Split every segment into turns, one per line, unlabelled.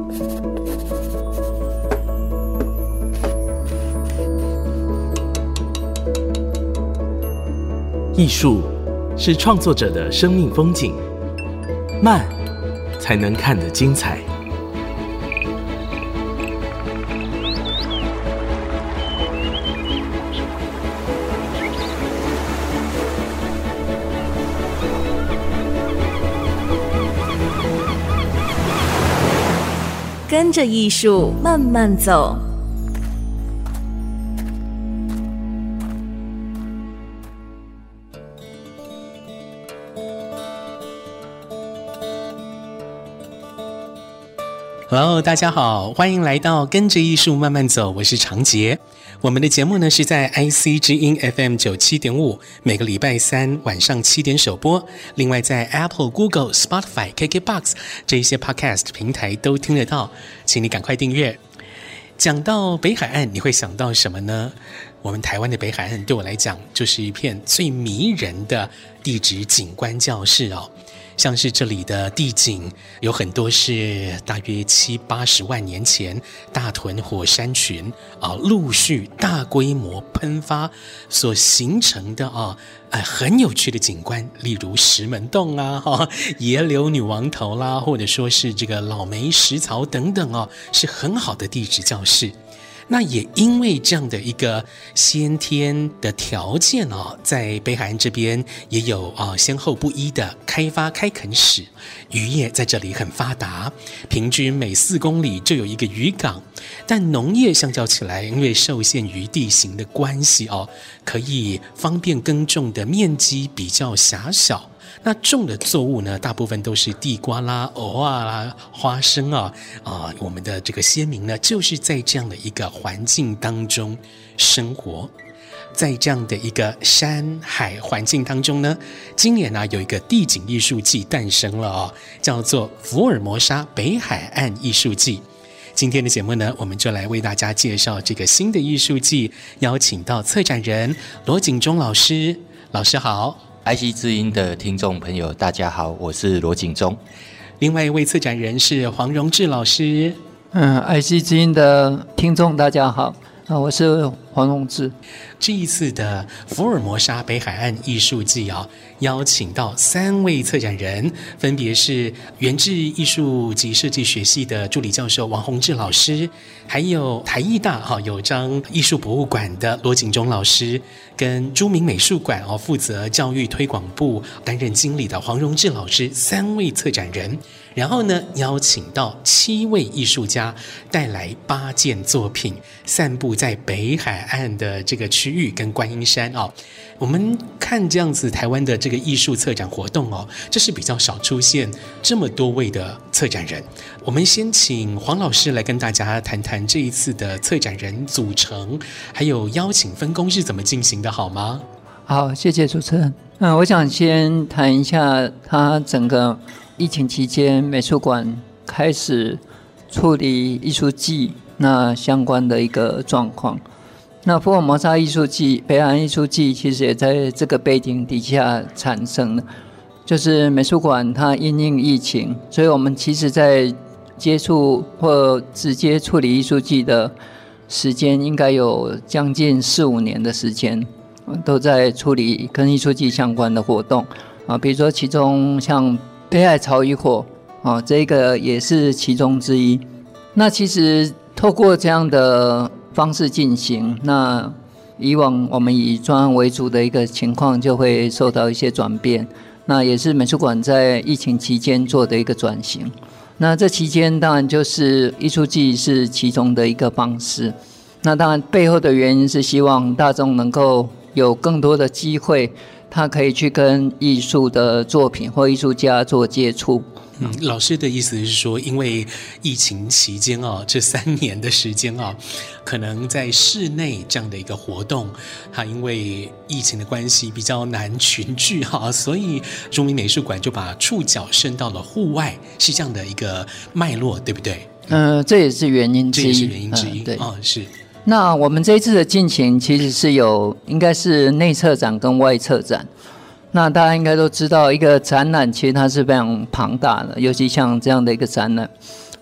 艺术是创作者的生命风景，慢才能看得精彩。
跟着艺术慢慢走。
Hello， 大家好，欢迎来到跟着艺术慢慢走，我是长杰。我们的节目呢是在 IC 之音 FM 97.5，每个礼拜三晚上7点首播。另外在 Apple、Google、Spotify、KKBox 这一些 Podcast 平台都听得到，请你赶快订阅。讲到北海岸，你会想到什么呢？我们台湾的北海岸对我来讲，就是一片最迷人的地质景观教室哦。像是这里的地景有很多是大约70-80万年前大屯火山群陆续大规模喷发所形成的很有趣的景观，例如石门洞野柳女王头啦，或者说是这个老梅石槽等等是很好的地质教室。那也因为这样的一个先天的条件在北海岸这边也有先后不一的开垦史，渔业在这里很发达，平均每4公里就有一个渔港。但农业相较起来，因为受限于地形的关系可以方便耕种的面积比较狭小。那种的作物呢，大部分都是地瓜啦、藕啦、花生我们的这个先民呢，就是在这样的一个环境当中生活。在这样的一个山海环境当中呢，今年有一个地景艺术季诞生了叫做福尔摩沙北海岸艺术季。今天的节目呢，我们就来为大家介绍这个新的艺术季，邀请到策展人罗景忠老师。老师好。
IC 之音的听众朋友大家好，我是罗景忠。
另外一位策展人是黄荣志老师。
IC 之音的听众大家好，我是黄荣志。
这一次的福尔摩沙北海岸艺术季邀请到3位策展人，分别是元智艺术及设计学系的助理教授王宏志老师，还有台艺大有章艺术博物馆的罗景忠老师，跟朱明美术馆负责教育推广部担任经理的黄荣志老师，3位策展人。然后呢，邀请到7位艺术家，带来8件作品，散布在北海岸的这个区域跟观音山我们看这样子台湾的这个艺术策展活动这是比较少出现这么多位的策展人。我们先请黄老师来跟大家谈谈这一次的策展人组成，还有邀请分工是怎么进行的，好吗？
好，谢谢主持人。我想先谈一下他整个疫情期间美术馆开始处理艺术季那相关的一个状况。那福尔摩沙艺术季、北海岸艺术季其实也在这个背景底下产生的，就是美术馆它因应疫情，所以我们其实在接触或直接处理艺术季的时间应该有将近4-5年的时间，都在处理跟艺术季相关的活动比如说其中像北海潮与火这个也是其中之一。那其实透过这样的方式进行，那以往我们以专案为主的一个情况就会受到一些转变，那也是美术馆在疫情期间做的一个转型。那这期间当然就是艺术季是其中的一个方式，那当然背后的原因是希望大众能够有更多的机会，他可以去跟艺术的作品或艺术家做接触。
老师的意思是说，因为疫情期间这3年的时间可能在室内这样的一个活动，它因为疫情的关系比较难群聚所以中明美术馆就把触角伸到了户外，是这样的一个脉络，对不对？
这也是原因之一。
对是。
那我们这一次的进行其实是有应该是内策展跟外策展。那大家应该都知道，一个展览其实它是非常庞大的，尤其像这样的一个展览，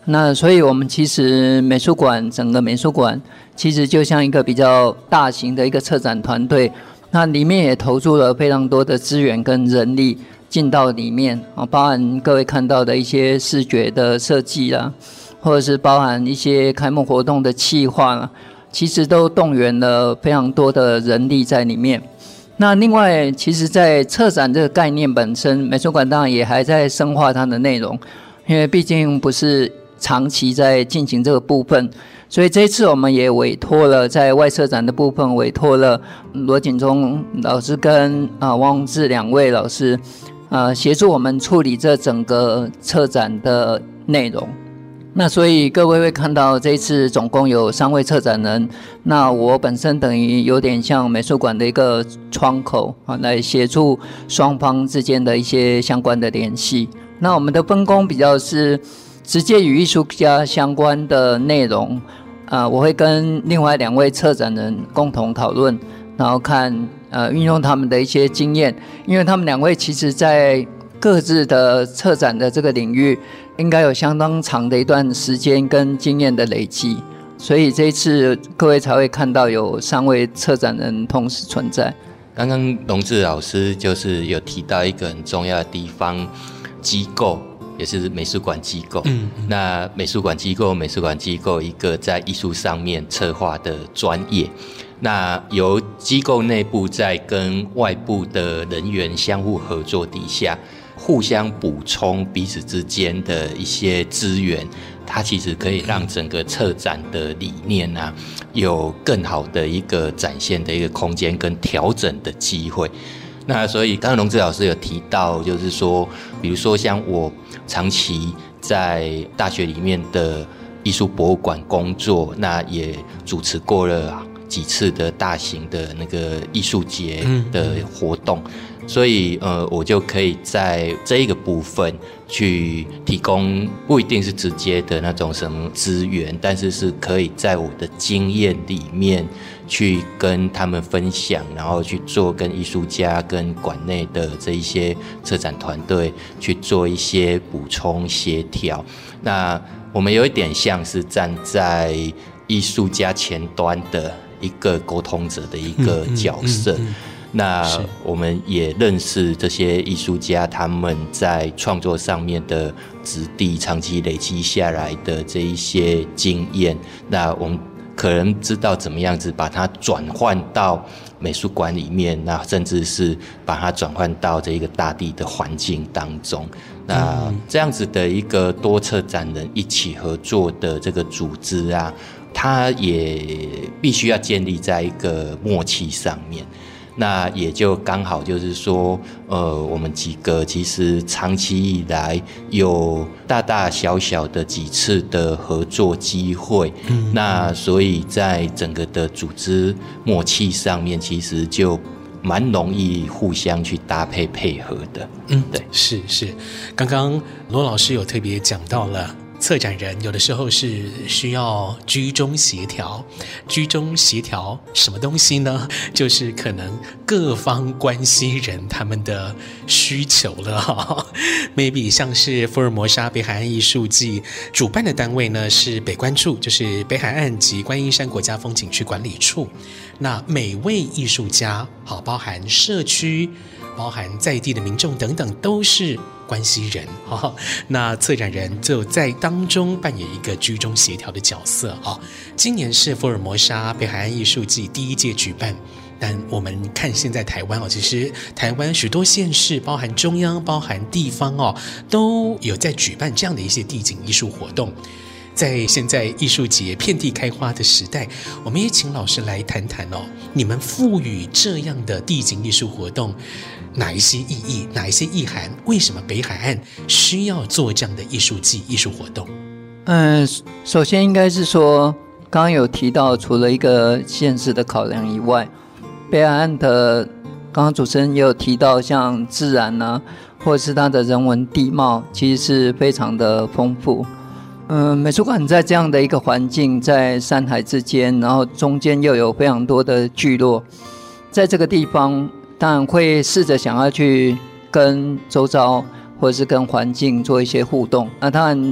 那所以我们其实整个美术馆其实就像一个比较大型的一个策展团队，那里面也投入了非常多的资源跟人力进到里面啊，包含各位看到的一些视觉的设计啦，或者是包含一些开幕活动的企划啦，其实都动员了非常多的人力在里面。那另外，其实在策展这个概念本身，美术馆当然也还在深化它的内容，因为毕竟不是长期在进行这个部分，所以这一次我们也委托了在外策展的部分，委托了罗景忠老师跟汪宏志2位老师，协助我们处理这整个策展的内容。那所以各位会看到这一次总共有3位策展人，那我本身等于有点像美术馆的一个窗口来协助双方之间的一些相关的联系。那我们的分工比较是直接与艺术家相关的内容，我会跟另外2位策展人共同讨论，然后看运用他们的一些经验，因为他们2位其实在各自的策展的这个领域应该有相当长的一段时间跟经验的累积，所以这一次各位才会看到有3位策展人同时存在。
刚刚龙志老师就是有提到一个很重要的地方，机构也是美术馆机构。那美术馆机构一个在艺术上面策划的专业，那由机构内部在跟外部的人员相互合作底下，互相补充彼此之间的一些资源，它其实可以让整个策展的理念有更好的一个展现的一个空间跟调整的机会。那所以刚刚龙志老师有提到，就是说比如说像我长期在大学里面的艺术博物馆工作，那也主持过了几次的大型的那个艺术节的活动，所以我就可以在这一个部分去提供，不一定是直接的那种什么资源，但是是可以在我的经验里面去跟他们分享，然后去做跟艺术家跟馆内的这一些策展团队去做一些补充协调。那我们有一点像是站在艺术家前端的一个沟通者的一个角色。那我们也认识这些艺术家他们在创作上面的质地长期累积下来的这一些经验，那我们可能知道怎么样子把它转换到美术馆里面，那甚至是把它转换到这一个大地的环境当中。那这样子的一个多策展人一起合作的这个组织它也必须要建立在一个默契上面。那也就刚好就是说我们几个其实长期以来有大大小小的几次的合作机会，那所以在整个的组织默契上面其实就蛮容易互相去搭配配合的。对，
是。刚刚罗老师有特别讲到了，策展人有的时候是需要居中协调。居中协调什么东西呢？就是可能各方关系人他们的需求了maybe 像是福尔摩沙北海岸艺术季主办的单位呢是北关处，就是北海岸及观音山国家风景区管理处。那每位艺术家包含社区，包含在地的民众等等，都是关系人那策展人就在当中扮演一个居中协调的角色今年是福尔摩沙北海岸艺术季第1届举办，但我们看现在台湾其实台湾许多县市，包含中央包含地方都有在举办这样的一些地景艺术活动。在现在艺术节遍地开花的时代，我们也请老师来谈谈你们赋予这样的地景艺术活动哪一些意义，哪一些意涵？为什么北海岸需要做这样的艺术季、艺术活动？
首先应该是说，刚刚有提到，除了一个现实的考量以外，北海岸的刚刚主持人也有提到，像自然或者是它的人文地貌，其实是非常的丰富。美术馆在这样的一个环境，在山海之间，然后中间又有非常多的聚落，在这个地方当然会试着想要去跟周遭或者是跟环境做一些互动。那当然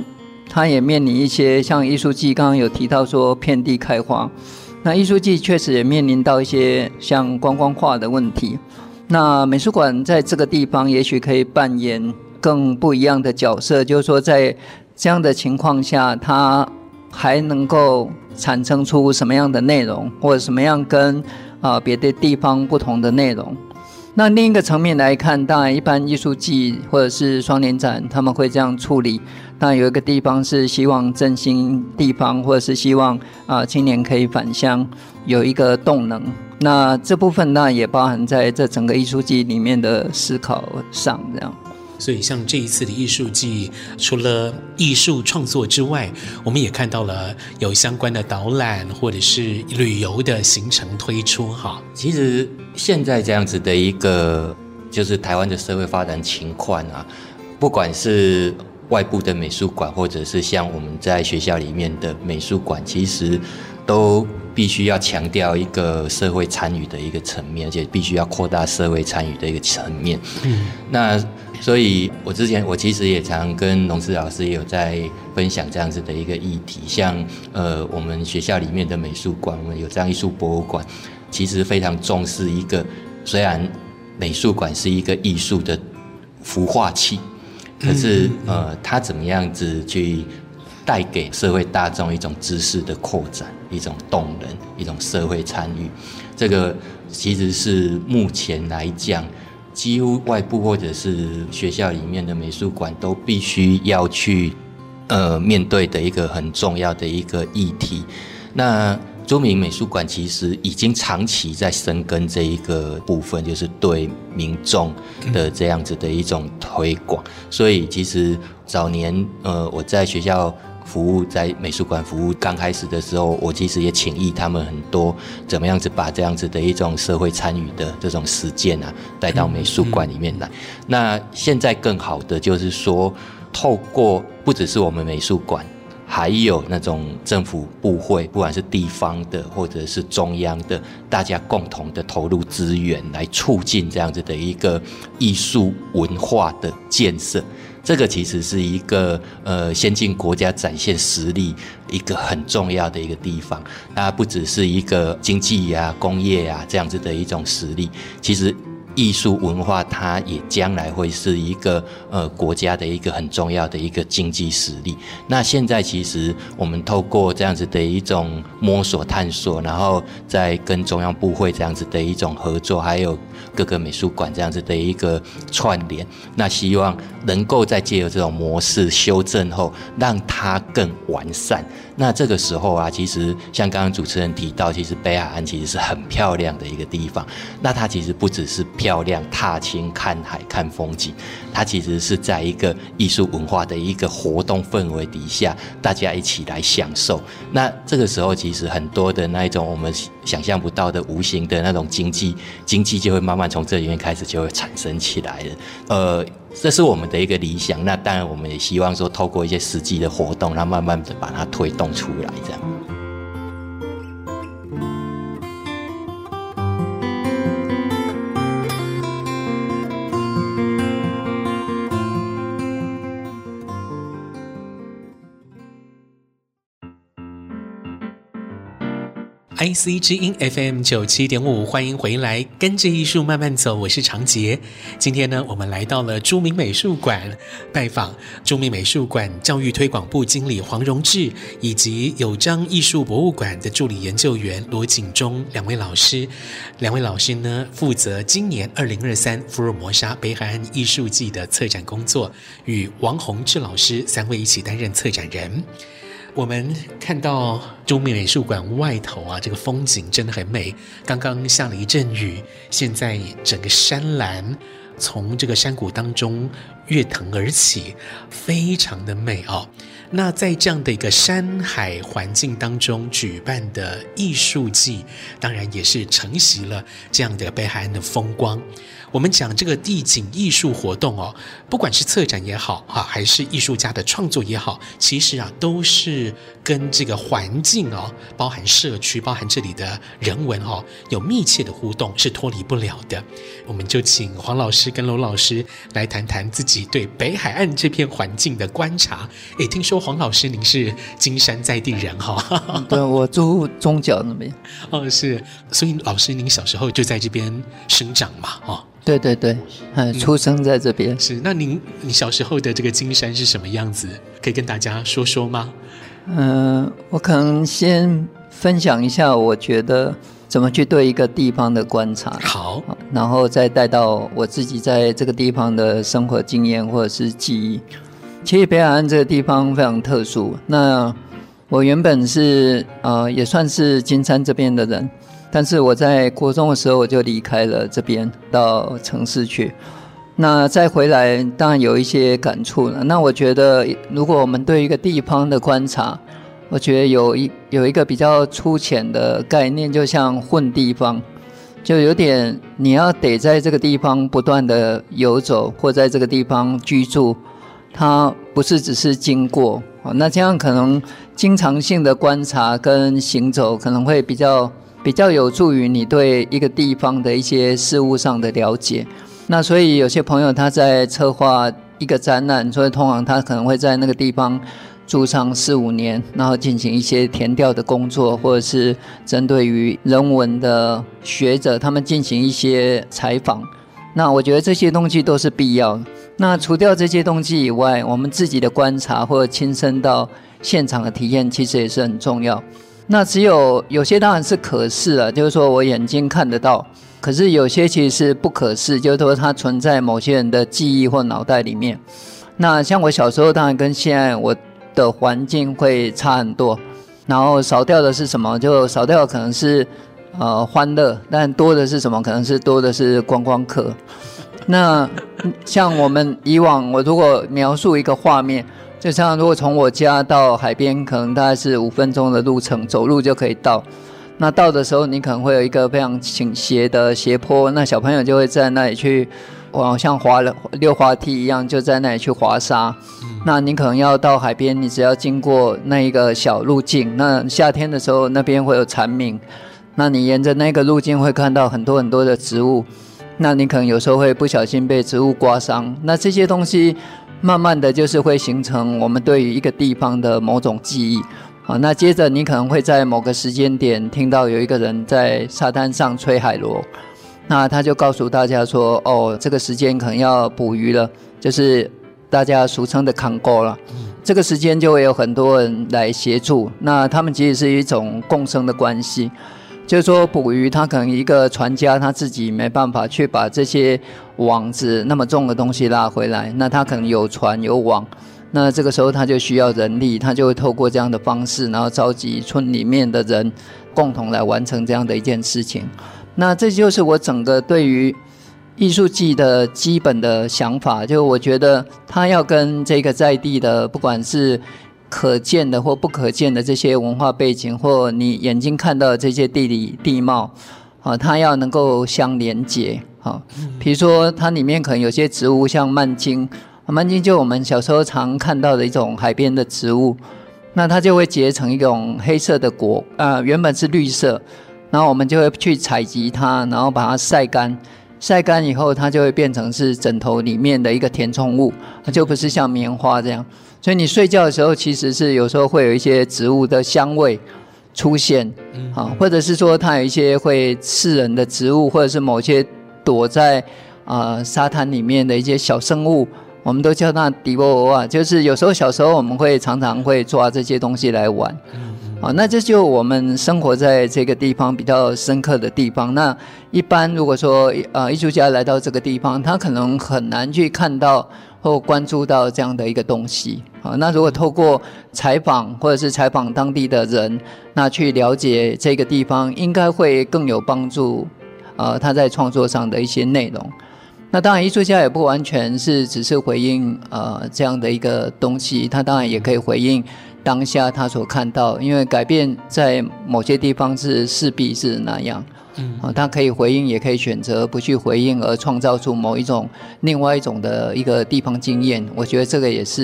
它也面临一些像艺术季刚刚有提到说遍地开花，那艺术季确实也面临到一些像观光化的问题。那美术馆在这个地方也许可以扮演更不一样的角色，就是说在这样的情况下，它还能够产生出什么样的内容，或者什么样跟别的地方不同的内容。那另一个层面来看，当然一般艺术季或者是双年展他们会这样处理，当然有一个地方是希望振兴地方，或者是希望青年可以返乡有一个动能，那这部分当然也包含在这整个艺术季里面的思考上这样。
所以像这一次的艺术季，除了艺术创作之外，我们也看到了有相关的导览或者是旅游的行程推出哈。
其实现在这样子的一个就是台湾的社会发展情况啊，不管是外部的美术馆，或者是像我们在学校里面的美术馆，其实都必须要强调一个社会参与的一个层面，而且必须要扩大社会参与的一个层面。那所以我其实也常跟龙志老师也有在分享这样子的一个议题，像我们学校里面的美术馆，我们有这样艺术博物馆，其实非常重视一个，虽然美术馆是一个艺术的孵化器，可是它怎么样子去带给社会大众一种知识的扩展，一种动能，一种社会参与，这个其实是目前来讲几乎外部或者是学校里面的美术馆都必须要去面对的一个很重要的一个议题。那朱明美术馆其实已经长期在深耕这一个部分，就是对民众的这样子的一种推广。所以其实早年我在学校服务，在美术馆服务刚开始的时候，我其实也请益他们很多怎么样子把这样子的一种社会参与的这种实践啊带到美术馆里面来。那现在更好的就是说，透过不只是我们美术馆，还有那种政府部会，不管是地方的或者是中央的，大家共同的投入资源来促进这样子的一个艺术文化的建设。这个其实是一个先进国家展现实力一个很重要的一个地方。它不只是一个经济啊、工业啊这样子的一种实力，其实艺术文化它也将来会是一个国家的一个很重要的一个经济实力。那现在其实我们透过这样子的一种摸索探索，然后再跟中央部会这样子的一种合作，还有各个美术馆这样子的一个串联，那希望能够再借由这种模式修正后，让它更完善。那这个时候啊，其实像刚刚主持人提到，其实北海岸其实是很漂亮的一个地方。那它其实不只是漂亮踏青看海看风景，它其实是在一个艺术文化的一个活动氛围底下，大家一起来享受。那这个时候其实很多的那一种我们想象不到的无形的那种经济就会慢慢从这里面开始就会产生起来了。这是我们的一个理想。那当然我们也希望说透过一些实际的活动，然后慢慢的把它推动出来这样。
IC 之音 FM 97.5，欢迎回来，跟着艺术慢慢走，我是常杰。今天呢，我们来到了朱明美术馆，拜访朱明美术馆教育推广部经理黄荣志，以及有章艺术博物馆的助理研究员罗景忠两位老师。两位老师呢，负责今年2023福尔摩沙北海岸艺术季的策展工作，与王宏志老师3位一起担任策展人。我们看到朱明美术馆外头啊，这个风景真的很美。刚刚下了一阵雨，现在整个山岚从这个山谷当中跃腾而起，非常的美哦。那在这样的一个山海环境当中举办的艺术季，当然也是承袭了这样的北海岸的风光。我们讲这个地景艺术活动哦，不管是策展也好还是艺术家的创作也好，其实啊都是跟这个环境哦，包含社区，包含这里的人文哦，有密切的互动，是脱离不了的。我们就请黄老师跟罗老师来谈谈自己己对北海岸这片环境的观察。听说黄老师您是金山在地人哈？
对，我住中角那边。
哦，是，所以老师您小时候就在这边生长嘛？哦，
对对对，出生在这边。
是，那你小时候的这个金山是什么样子？可以跟大家说说吗？
我可能先分享一下，我觉得怎么去对一个地方的观察，
好，
然后再带到我自己在这个地方的生活经验或者是记忆。其实北海岸这个地方非常特殊，那我原本是也算是金山这边的人，但是我在国中的时候我就离开了这边，到城市去。那再回来当然有一些感触了。那我觉得如果我们对一个地方的观察，我觉得有一个比较粗浅的概念，就像混地方，就有点你要得在这个地方不断的游走，或在这个地方居住，它不是只是经过。那这样可能经常性的观察跟行走可能会比较有助于你对一个地方的一些事物上的了解。那所以有些朋友他在策划一个展览，所以通常他可能会在那个地方驻上4-5年，然后进行一些田调的工作，或者是针对于人文的学者他们进行一些采访。那我觉得这些东西都是必要的。那除掉这些东西以外，我们自己的观察或者亲身到现场的体验其实也是很重要。那只有些当然是可视啊，就是说我眼睛看得到，可是有些其实是不可视，就是说它存在某些人的记忆或脑袋里面。那像我小时候当然跟现在我的环境会差很多，然后少掉的是什么？就少掉的可能是欢乐，但多的是什么？可能是多的是观光客。那像我们以往，我如果描述一个画面，就像如果从我家到海边，可能大概是5分钟的路程，走路就可以到。那到的时候，你可能会有一个非常倾斜的斜坡，那小朋友就会在那里去，像溜滑梯一样，就在那里去滑沙。那你可能要到海边，你只要经过那一个小路径。那夏天的时候，那边会有蝉鸣，那你沿着那个路径会看到很多很多的植物。那你可能有时候会不小心被植物刮伤。那这些东西慢慢的就是会形成我们对于一个地方的某种记忆。好，那接着你可能会在某个时间点听到有一个人在沙滩上吹海螺，那他就告诉大家说，这个时间可能要捕鱼了，就是大家俗称的扛钩了。这个时间就会有很多人来协助，那他们其实是一种共生的关系。就是说捕鱼，他可能一个船家他自己没办法去把这些网子那么重的东西拉回来，那他可能有船有网，那这个时候他就需要人力，他就会透过这样的方式，然后召集村里面的人共同来完成这样的一件事情。那这就是我整个对于艺术季的基本的想法，就我觉得他要跟这个在地的不管是可见的或不可见的这些文化背景，或你眼睛看到的这些地理地貌，它要能够相连结。比如说它里面可能有些植物像蔓荆，蔓荆就我们小时候常看到的一种海边的植物，那它就会结成一种黑色的果，原本是绿色，然后我们就会去采集它，然后把它晒干，晒干以后它就会变成是枕头里面的一个填充物，就不是像棉花这样。所以你睡觉的时候其实是有时候会有一些植物的香味出现，或者是说它有一些会刺人的植物，或者是某些躲在沙滩里面的一些小生物，我们都叫它迪波欧啊，就是有时候小时候我们会常常会抓这些东西来玩。那这就我们生活在这个地方比较深刻的地方。那一般如果说艺术家来到这个地方，他可能很难去看到或关注到这样的一个东西。那如果透过采访或者是采访当地的人，那去了解这个地方，应该会更有帮助他在创作上的一些内容。那当然艺术家也不完全是只是回应这样的一个东西，他当然也可以回应当下他所看到，因为改变在某些地方是势必是那样。他可以回应，也可以选择不去回应，而创造出另外一种的一个地方经验。我觉得这个也是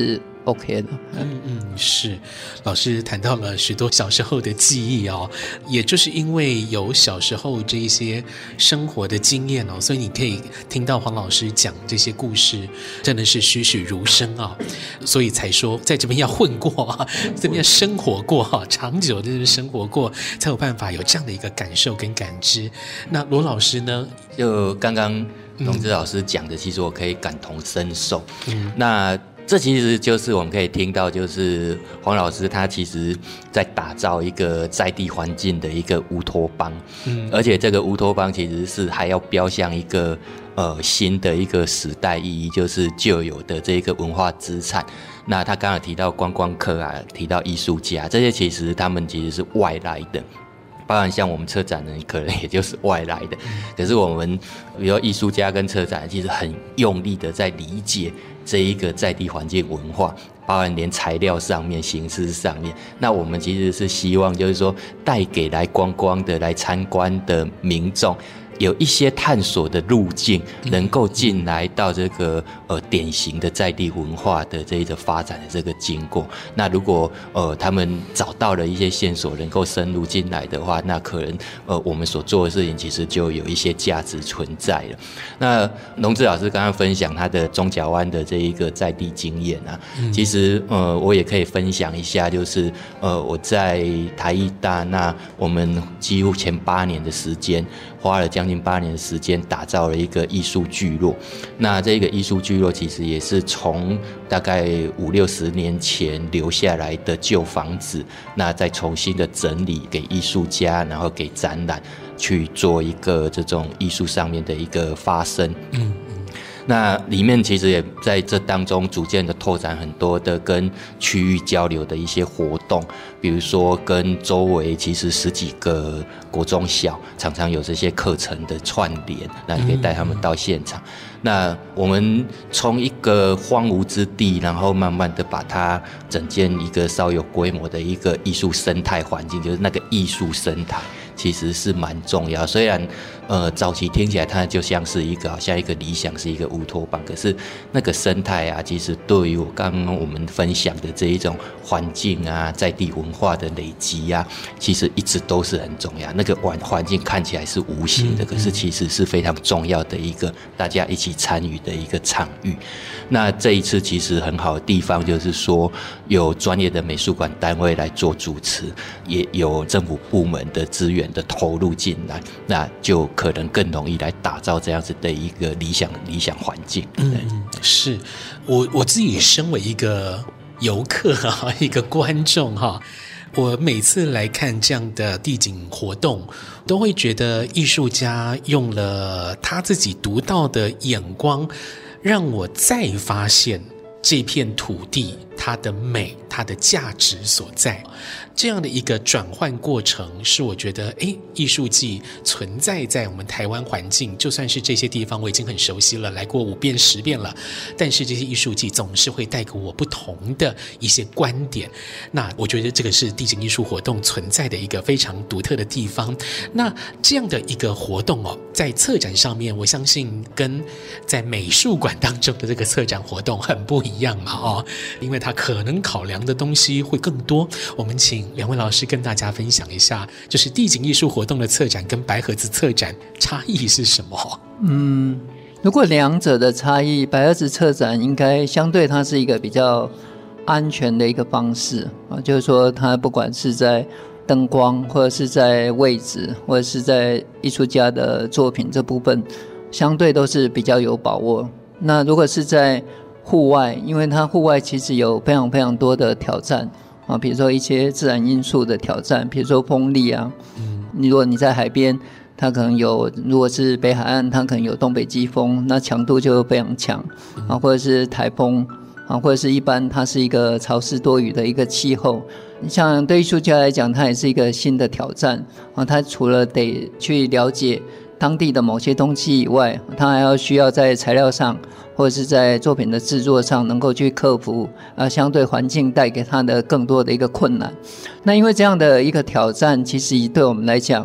OK 的。
是，老师谈到了许多小时候的记忆哦，也就是因为有小时候这一些生活的经验哦，所以你可以听到黄老师讲这些故事，真的是栩栩如生啊，所以才说在这边要混过啊，这边要生活过哈，长久的生活过，才有办法有这样的一个感受跟感知。那罗老师呢？
就刚刚龙志老师讲的，其实我可以感同身受。那这其实就是我们可以听到，就是黄老师他其实在打造一个在地环境的一个乌托邦，而且这个乌托邦其实是还要标向一个新的一个时代意义，就是旧有的这个文化资产。那他刚刚提到观光客啊，提到艺术家，这些其实他们其实是外来的。包含像我们策展人可能也就是外来的，可是我们比如说艺术家跟策展人其实很用力的在理解这一个在地环境文化，包含连材料上面、形式上面，那我们其实是希望就是说带给来观光的、来参观的民众有一些探索的路径，能够进来到这个典型的在地文化的这一个发展的这个经过。那如果他们找到了一些线索，能够深入进来的话，那可能我们所做的事情其实就有一些价值存在了。那龙志老师刚刚分享他的中角湾的这一个在地经验啊，其实我也可以分享一下，就是我在台艺大，那我们几乎前8年的时间，花了将近8年的时间打造了一个艺术聚落。那这个艺术聚落其实也是从大概50-60年前留下来的旧房子，那再重新的整理给艺术家，然后给展览去做一个这种艺术上面的一个发声。那里面其实也在这当中逐渐的拓展很多的跟区域交流的一些活动，比如说跟周围其实10几个国中小常常有这些课程的串联，那你可以带他们到现场。那我们从一个荒芜之地，然后慢慢的把它整建一个稍有规模的一个艺术生态环境，就是那个艺术生态其实是蛮重要。虽然早期听起来它就像是一个好像一个理想，是一个乌托邦，可是那个生态啊，其实对于刚刚我们分享的这一种环境啊，在地文化的累积啊，其实一直都是很重要。那个环境看起来是无形的，可是其实是非常重要的一个大家一起参与的一个场域。那这一次其实很好的地方就是说，有专业的美术馆单位来做主持，也有政府部门的资源的投入进来，那就可能更容易来打造这样子的一个理想环境。
是我自己身为一个游客啊，一个观众哈，我每次来看这样的地景活动，都会觉得艺术家用了他自己独到的眼光，让我再发现这片土地它的美，它的价值所在。这样的一个转换过程，是我觉得艺术季存在在我们台湾环境，就算是这些地方我已经很熟悉了，来过5遍10遍了，但是这些艺术季总是会带给我不同的一些观点。那我觉得这个是地景艺术活动存在的一个非常独特的地方。那这样的一个活动在策展上面，我相信跟在美术馆当中的这个策展活动很不一样嘛因为它可能考量的东西会更多。我们请2位老师跟大家分享一下，就是地景艺术活动的策展跟白盒子策展差异是什么？
如果两者的差异，白盒子策展应该相对它是一个比较安全的一个方式就是说它不管是在灯光，或者是在位置，或者是在艺术家的作品这部分，相对都是比较有把握。那如果是在户外，因为它户外其实有非常非常多的挑战比如说一些自然因素的挑战，比如说风力啊，如果你在海边，它可能有，如果是北海岸，它可能有东北季风，那强度就非常强或者是台风或者是一般它是一个潮湿多雨的一个气候。像对艺术家来讲，它也是一个新的挑战它除了得去了解当地的某些东西以外，它还要需要在材料上或者是在作品的制作上能够去克服相对环境带给它的更多的一个困难。那因为这样的一个挑战，其实对我们来讲，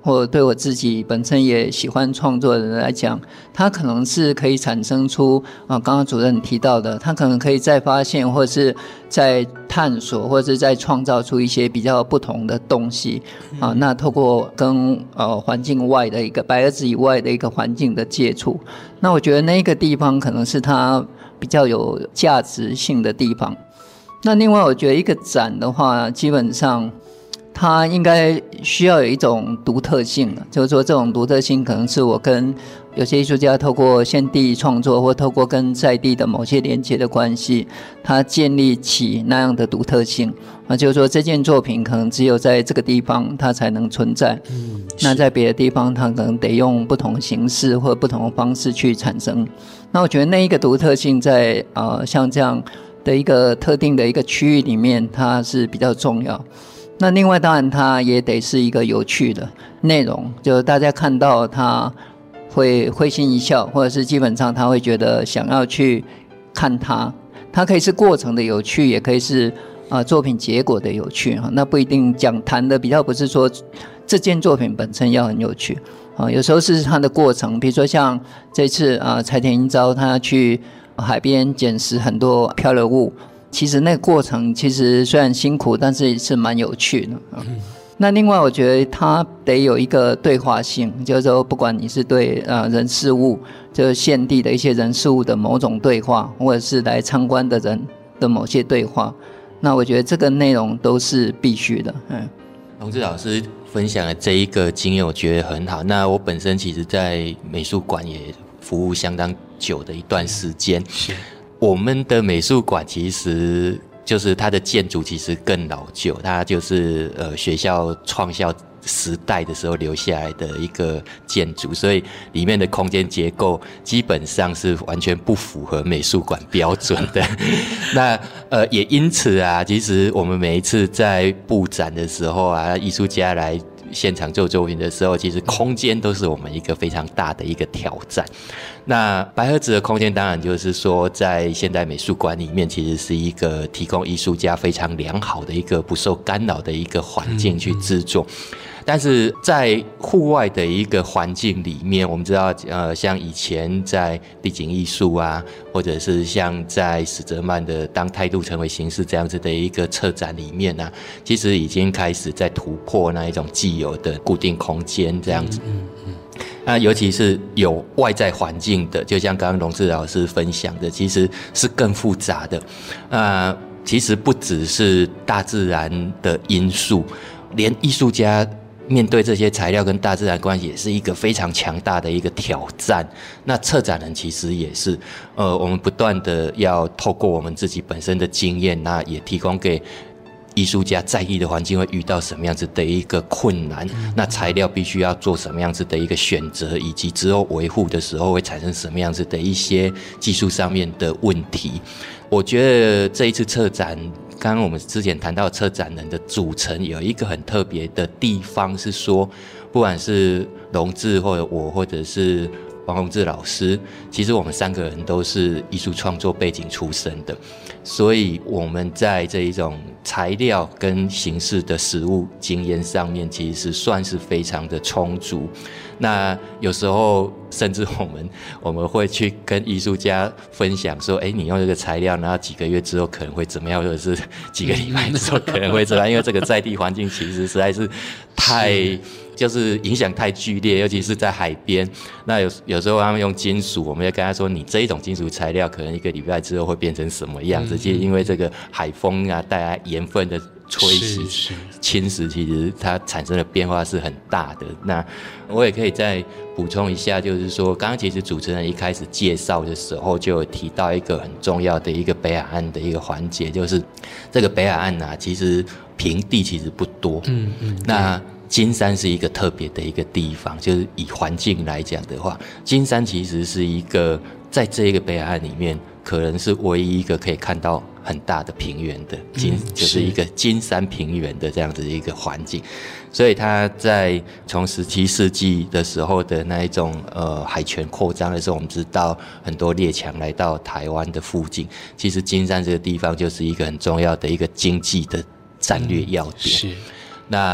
或对我自己本身也喜欢创作的人来讲，它可能是可以产生出刚刚主任提到的，它可能可以再发现，或者是再探索，或者是再创造出一些比较不同的东西那透过跟环境外的一个白盒子以外的一个环境的接触，那我觉得那个地方可能是它比较有价值性的地方。那另外我觉得一个展的话，基本上它应该需要有一种独特性，就是说这种独特性可能是我跟有些艺术家透过现地创作，或透过跟在地的某些连结的关系，它建立起那样的独特性就是说这件作品可能只有在这个地方它才能存在那在别的地方它可能得用不同形式或不同的方式去产生。那我觉得那一个独特性在像这样的一个特定的一个区域里面，它是比较重要。那另外当然它也得是一个有趣的内容，就大家看到它会会心一笑，或者是基本上他会觉得想要去看它可以是过程的有趣，也可以是作品结果的有趣那不一定谈的比较不是说这件作品本身要很有趣有时候是它的过程，比如说像这次柴田英昭他去海边捡拾很多漂流物，其实那个过程其实虽然辛苦，但是是蛮有趣的那另外我觉得它得有一个对话性，就是说不管你是对人事物，就是现地的一些人事物的某种对话，或者是来参观的人的某些对话，那我觉得这个内容都是必须的
龙志老师分享的这一个经验我觉得很好。那我本身其实在美术馆也服务相当久的一段时间，
是
我们的美术馆其实就是它的建筑其实更老旧，它就是学校创校时代的时候留下来的一个建筑，所以里面的空间结构基本上是完全不符合美术馆标准的那也因此其实我们每一次在布展的时候艺术家来现场做作品的时候，其实空间都是我们一个非常大的一个挑战。那白盒子的空间当然就是说在现代美术馆里面其实是一个提供艺术家非常良好的一个不受干扰的一个环境去制作但是在户外的一个环境里面，我们知道像以前在地景艺术或者是像在史泽曼的当态度成为形式这样子的一个策展里面其实已经开始在突破那一种既有的固定空间这样子尤其是有外在环境的，就像刚刚龙志老师分享的，其实是更复杂的其实不只是大自然的因素，连艺术家面对这些材料跟大自然关系也是一个非常强大的一个挑战。那策展人其实也是我们不断的要透过我们自己本身的经验也提供给艺术家在意的环境会遇到什么样子的一个困难那材料必须要做什么样子的一个选择，以及之后维护的时候会产生什么样子的一些技术上面的问题。我觉得这一次策展刚刚我们之前谈到策展人的组成有一个很特别的地方，是说不管是龙志或者我或者是王宏志老师，其实我们三个人都是艺术创作背景出身的，所以我们在这一种材料跟形式的实务经验上面其实算是非常的充足。那有时候甚至我们会去跟艺术家分享说你用这个材料然后几个月之后可能会怎么样，或者是几个礼拜之后可能会怎么样因为这个在地环境其实实在是就是影响太剧烈，尤其是在海边。那有时候他们用金属，我们要跟他说你这一种金属材料可能一个礼拜之后会变成什么样子其实因为这个海风带来盐分的吹袭侵蚀，其实它产生的变化是很大的。那我也可以再补充一下，就是说刚刚其实主持人一开始介绍的时候就有提到一个很重要的一个北海岸的一个环节，就是这个北海岸其实平地其实不多那金山是一个特别的一个地方，就是以环境来讲的话，金山其实是一个在这个北海岸里面可能是唯一一个可以看到很大的平原的就是一个金山平原的这样子的一个环境。所以它在从17世纪的时候的那一种海权扩张的时候，我们知道很多列强来到台湾的附近，其实金山这个地方就是一个很重要的一个经济的战略要点。
是。
那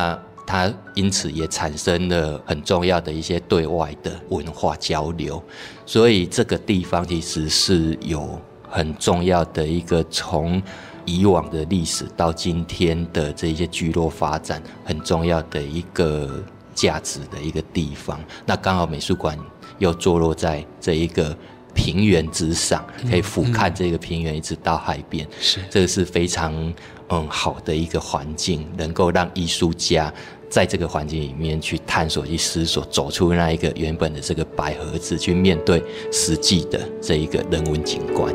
它因此也产生了很重要的一些对外的文化交流，所以这个地方其实是有很重要的一个从以往的历史到今天的这些聚落发展很重要的一个价值的一个地方。那刚好美术馆又坐落在这一个平原之上，可以俯瞰这个平原一直到海边，这个是非常好的一个环境，能够让艺术家在这个环境里面去探索、去思索，走出那一个原本的这个白盒子，去面对实际的这一个人文景观。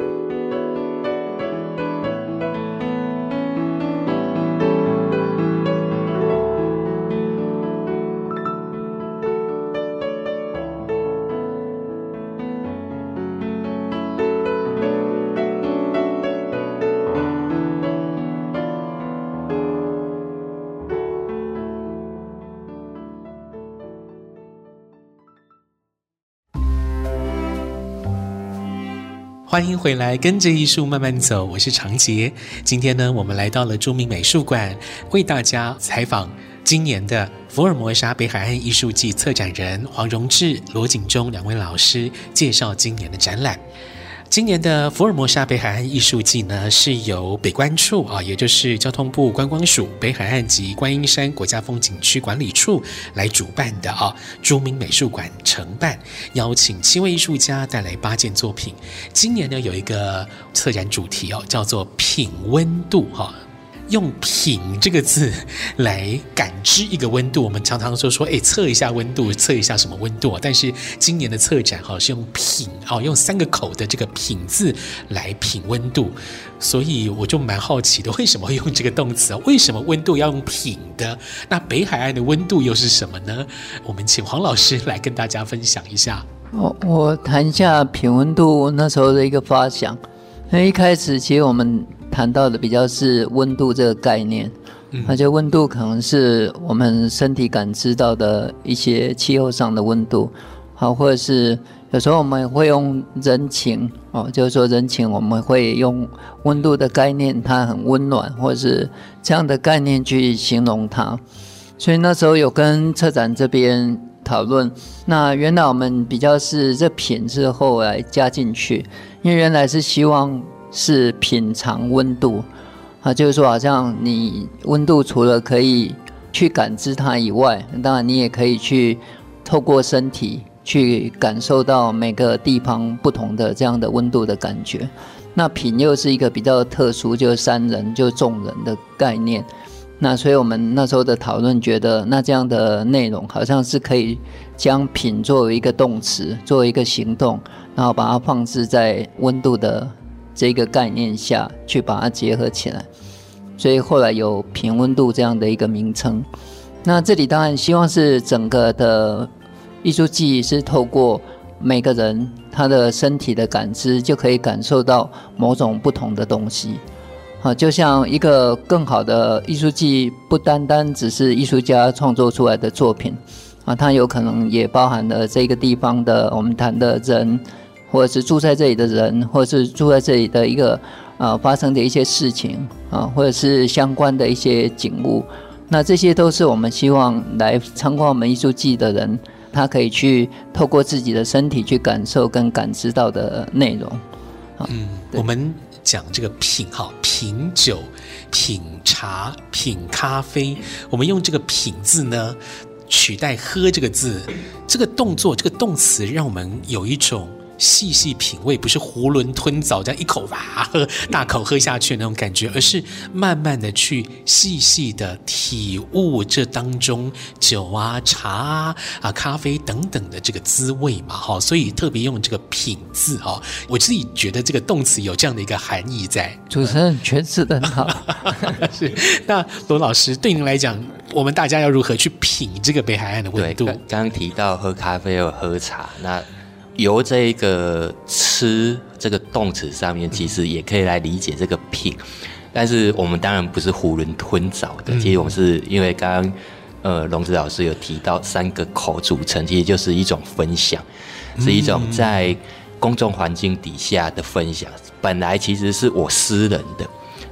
欢迎回来，跟着艺术慢慢走，我是长杰。今天呢，我们来到了著名美术馆，为大家采访今年的福尔摩沙北海岸艺术季策展人黄荣志、罗景忠两位老师，介绍今年的展览。今年的福尔摩沙北海岸艺术季呢，是由北观处也就是交通部观光署北海岸及观音山国家风景区管理处来主办的著名美术馆承办，邀请7位艺术家带来8件作品。今年呢，有一个策展主题叫做品温度用品这个字来感知一个温度。我们常常说测一下温度，测一下什么温度，但是今年的策展是用品用3个口的这个品字来品温度。所以我就蛮好奇的，为什么会用这个动词？为什么温度要用品的？那北海岸的温度又是什么呢？我们请黄老师来跟大家分享一下。
我谈一下品温度那时候的一个发想。一开始其实我们谈到的比较是温度这个概念，而且温度可能是我们身体感知到的一些气候上的温度，或者是有时候我们会用人情就是说人情我们会用温度的概念，它很温暖，或者是这样的概念去形容它。所以那时候有跟策展这边讨论，那原来我们比较是这品是后来加进去，因为原来是希望是品尝温度就是说好像你温度除了可以去感知它以外，当然你也可以去透过身体去感受到每个地方不同的这样的温度的感觉。那品又是一个比较特殊，就是3人就众人的概念。那所以我们那时候的讨论觉得，那这样的内容好像是可以将品作为一个动词，作为一个行动，然后把它放置在温度的这个概念下去把它结合起来，所以后来有品温度这样的一个名称。那这里当然希望是整个的艺术季是透过每个人他的身体的感知就可以感受到某种不同的东西就像一个更好的艺术季不单单只是艺术家创作出来的作品它有可能也包含了这个地方的我们谈的人，或者是住在这里的人，或者是住在这里的一个发生的一些事情或者是相关的一些景物。那这些都是我们希望来参观我们艺术季的人，他可以去透过自己的身体去感受跟感知到的内容。
我们讲这个品品酒、品茶、品咖啡，我们用这个品字呢取代喝这个字，这个动作这个动词让我们有一种细细品味，不是囫囵吞枣这样一口大口喝下去的那种感觉，而是慢慢的去细细的体悟这当中酒茶咖啡等等的这个滋味嘛所以特别用这个品字我自己觉得这个动词有这样的一个含义在。
主持人诠释得很好
是，那罗老师对您来讲，我们大家要如何去品这个北海岸的温度？
对，刚刚提到喝咖啡或喝茶，那由这个吃这个动词上面，其实也可以来理解这个品，但是我们当然不是囫囵吞枣的，其实我们是因为刚刚龙子老师有提到3个口组成，其实就是一种分享，是一种在公众环境底下的分享，本来其实是我私人的，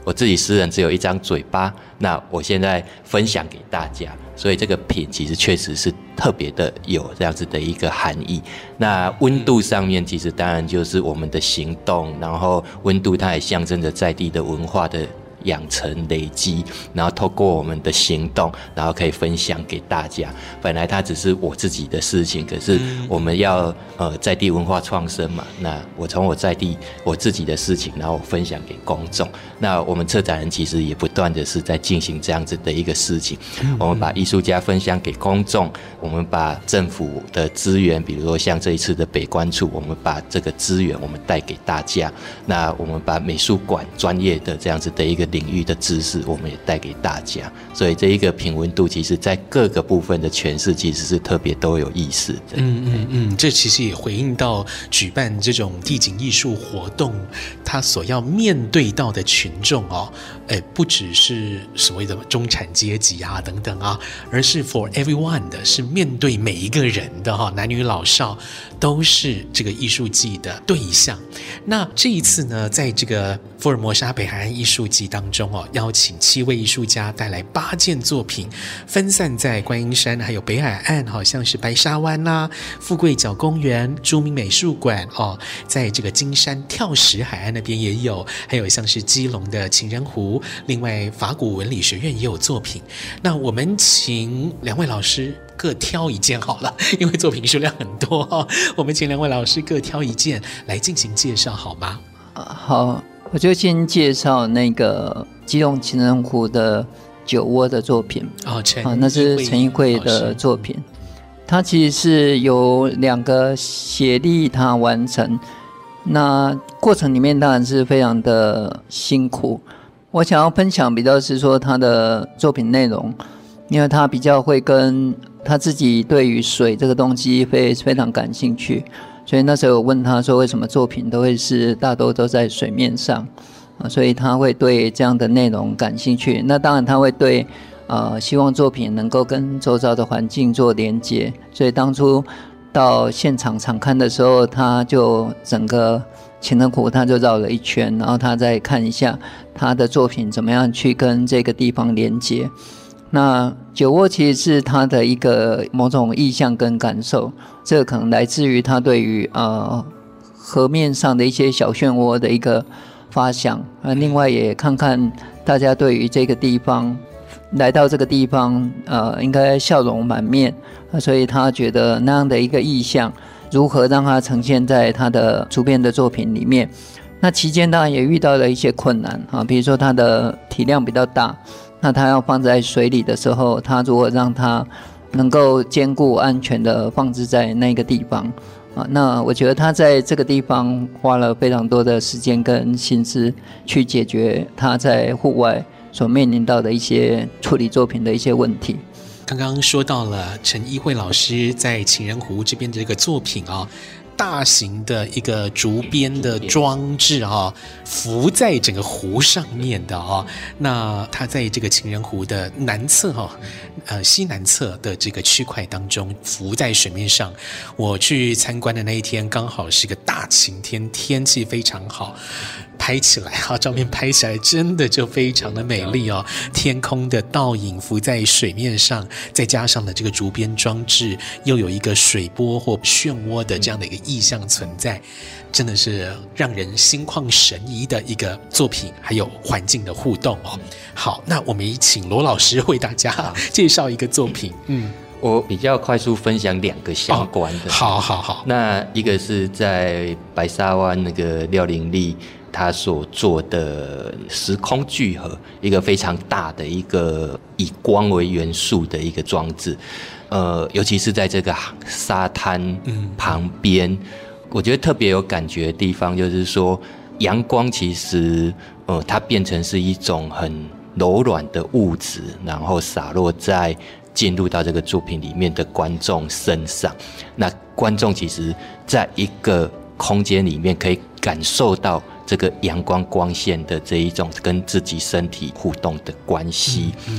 我自己私人只有一张嘴巴，那我现在分享给大家，所以这个品其实确实是特别的有这样子的一个含义。那温度上面其实当然就是我们的行动，然后温度它也象征着在地的文化的养成累积，然后透过我们的行动，然后可以分享给大家。本来它只是我自己的事情，可是我们要在地文化创生嘛，那我从我在地我自己的事情，然后我分享给公众。那我们策展人其实也不断的是在进行这样子的一个事情，我们把艺术家分享给公众，我们把政府的资源，比如说像这一次的北关处，我们把这个资源我们带给大家。那我们把美术馆专业的这样子的一个领域的知识，我们也带给大家。所以这一个品温度，其实在各个部分的诠释，其实是特别都有意思的。
这其实也回应到举办这种地景艺术活动，它所要面对到的群众不只是所谓的中产阶级啊等等啊，而是 for everyone 的，是面对每一个人的男女老少都是这个艺术季的对象。那这一次呢，在这个福尔摩沙北海岸艺术季当中邀请7位艺术家带来8件作品，分散在观音山还有北海岸，好像是白沙湾啦、富贵角公园、朱明美术馆在这个金山跳石海岸那边也有，还有像是基隆的情人湖，另外法古文理学院也有作品。那我们请2位老师各挑一件好了，因为作品数量很多我们请2位老师各挑一件来进行介绍好吗？
好，我就先介绍那个基隆情人湖的酒窝的作品那是陈一慧的作品。它其实是由2个协力它完成，那过程里面当然是非常的辛苦。我想要分享比较是说他的作品内容，因为他比较会跟他自己对于水这个东西非常感兴趣，所以那时候我问他说为什么作品都会是大多都在水面上所以他会对这样的内容感兴趣。那当然他会对希望作品能够跟周遭的环境做连接，所以当初到现场场勘的时候，他就整个情人湖他就绕了一圈，然后他再看一下他的作品怎么样去跟这个地方连接。那酒窝其实是他的一个某种意象跟感受，这个可能来自于他对于河面上的一些小漩涡的一个发想另外也看看大家对于这个地方来到这个地方应该笑容满面所以他觉得那样的一个意象如何让它呈现在他的主编的作品里面。那期间当然也遇到了一些困难比如说它的体量比较大，那它要放在水里的时候，它如何让它能够兼顾安全的放置在那个地方那我觉得他在这个地方花了非常多的时间跟心思去解决他在户外所面临到的一些处理作品的一些问题。
刚刚说到了陈一慧老师在情人湖这边的这个作品大型的一个竹编的装置浮在整个湖上面的那它在这个情人湖的南侧西南侧的这个区块当中浮在水面上。我去参观的那一天刚好是个大晴天，天气非常好，拍起来照片拍起来真的就非常的美丽天空的倒影浮在水面上，再加上了这个竹编装置，又有一个水波或漩涡的这样的一个意象存在，真的是让人心旷神怡的一个作品，还有环境的互动好，那我们也请罗老师为大家介绍一个作品。
我比较快速分享2个相关的。
好。
那一个是在白沙湾那个廖玲丽他所做的时空聚合，一个非常大的一个以光为元素的一个装置。尤其是在这个沙滩旁边，我觉得特别有感觉的地方就是说，阳光其实它变成是一种很柔软的物质，然后洒落在进入到这个作品里面的观众身上。那观众其实在一个空间里面可以感受到这个阳光光线的这一种跟自己身体互动的关系。